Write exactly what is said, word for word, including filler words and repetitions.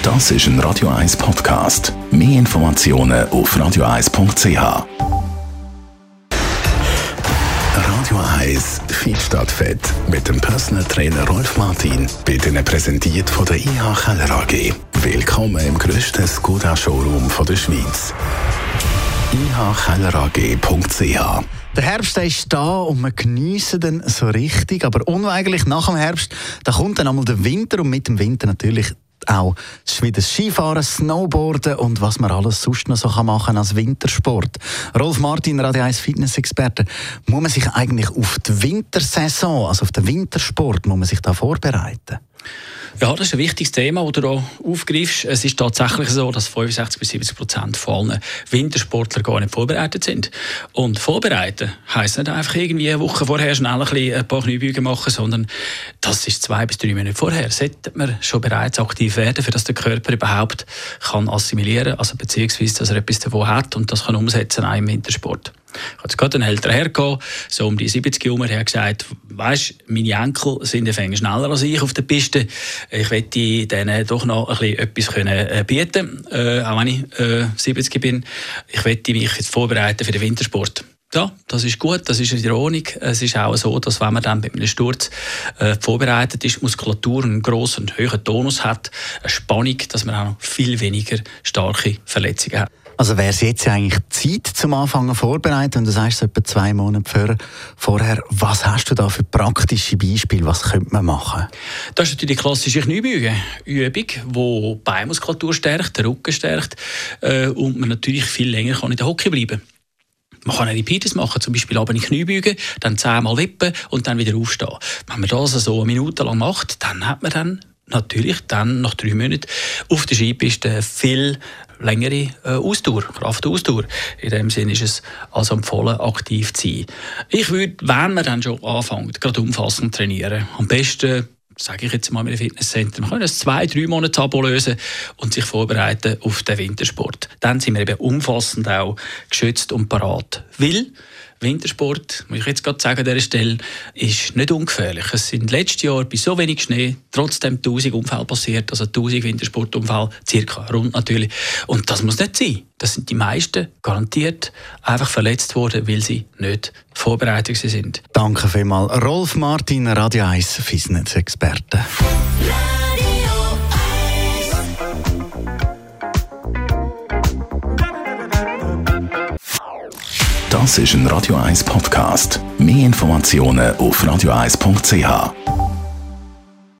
Das ist ein Radio eins Podcast. Mehr Informationen auf radio eins punkt c h. Radio eins Fit statt Fett mit dem Personal Trainer Rolf Martin wird Ihnen präsentiert von der I H Keller A G. Willkommen im grössten Skoda-Showroom der Schweiz. i h keller a g punkt c h. Der Herbst ist da und wir geniessen den so richtig, aber unweigerlich nach dem Herbst, da kommt dann einmal der Winter und mit dem Winter natürlich auch wieder das Skifahren, Snowboarden und was man alles sonst noch so machen kann als Wintersport. Rolf Martin, Radio eins Fitness-Experte, muss man sich eigentlich auf die Wintersaison, also auf den Wintersport, muss man sich da vorbereiten? Ja, das ist ein wichtiges Thema, das du hier aufgreifst. Es ist tatsächlich so, dass fünfundsechzig bis siebzig Prozent von allen Wintersportlern gar nicht vorbereitet sind. Und vorbereiten heisst nicht einfach irgendwie eine Woche vorher schnell ein, bisschen ein paar Kniebeugen machen, sondern das ist zwei bis drei Monate vorher. Sollte man schon bereits aktiv werden, für dass der Körper überhaupt kann assimilieren kann, also beziehungsweise, dass er etwas davon hat und das kann umsetzen auch im Wintersport. Ich hatte gerade einen älteren Herr gehabt, so um die siebzig Jahre, der hat gesagt, weisst, meine Enkel sind schneller als ich auf der Piste. Ich möchte denen doch noch ein bisschen etwas können bieten, äh, auch wenn ich äh, siebzig bin. Ich möchte mich jetzt vorbereiten für den Wintersport. Ja, das ist gut, das ist in Ordnung. Es ist auch so, dass wenn man dann bei einem Sturz äh, vorbereitet ist, die Muskulatur einen grossen und hohen Tonus hat, eine Spannung, dass man auch viel weniger starke Verletzungen hat. Also wäre es jetzt eigentlich Zeit zum Anfangen vorbereiten und du sagst es etwa zwei Monate vorher. Was hast du da für praktische Beispiele? Was könnte man machen? Das ist natürlich die klassische Kniebeuge-Übung, die die Beinmuskulatur stärkt, den Rücken stärkt äh, und man natürlich viel länger kann in der Hocke bleiben. Man kann Repeats machen, zum Beispiel aber in Kniebeugen, dann zehnmal wippen und dann wieder aufstehen. Wenn man das so eine Minute lang macht, dann hat man dann natürlich dann nach drei Monaten auf der Skipiste viel längere äh, Ausdauer, Kraft und Ausdauer. In dem Sinne ist es also empfohlen, aktiv zu sein. Ich würde, wenn man dann schon anfängt, gerade umfassend trainieren, am besten, sage ich jetzt mal mit dem Fitnesscenter, man kann das zwei, drei Monate Abo lösen und sich vorbereiten auf den Wintersport. Dann sind wir eben umfassend auch geschützt und parat. Weil Wintersport, muss ich jetzt gerade sagen an dieser Stelle, ist nicht ungefährlich. Es sind letztes Jahr bei so wenig Schnee trotzdem tausend Unfälle passiert, also tausend Wintersportunfälle, circa, rund natürlich. Und das muss nicht sein. Das sind die meisten garantiert einfach verletzt worden, weil sie nicht vorbereitet sind. Danke vielmals. Rolf Martin, Radio eins Fitness-Experte. Das ist ein Radio eins Podcast. Mehr Informationen auf radio eins punkt c h.